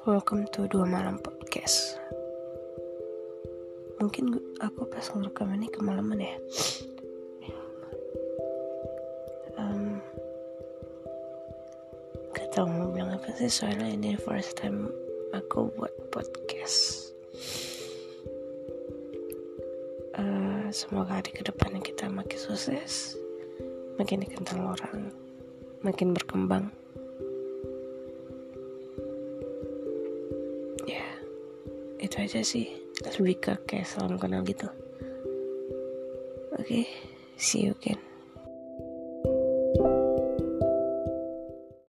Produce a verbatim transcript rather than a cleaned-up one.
Welcome to Dua Malam Podcast. Mungkin aku pas ngerekam ini kemalaman ya. um, Gak tau mau bilang apa sih, soalnya ini first time aku buat podcast. uh, Semoga di kedepannya kita makin sukses, makin dikenal orang, makin berkembang. Ya, itu aja sih, lebih ke kayak salam kenal gitu. Oke, okay, see you again.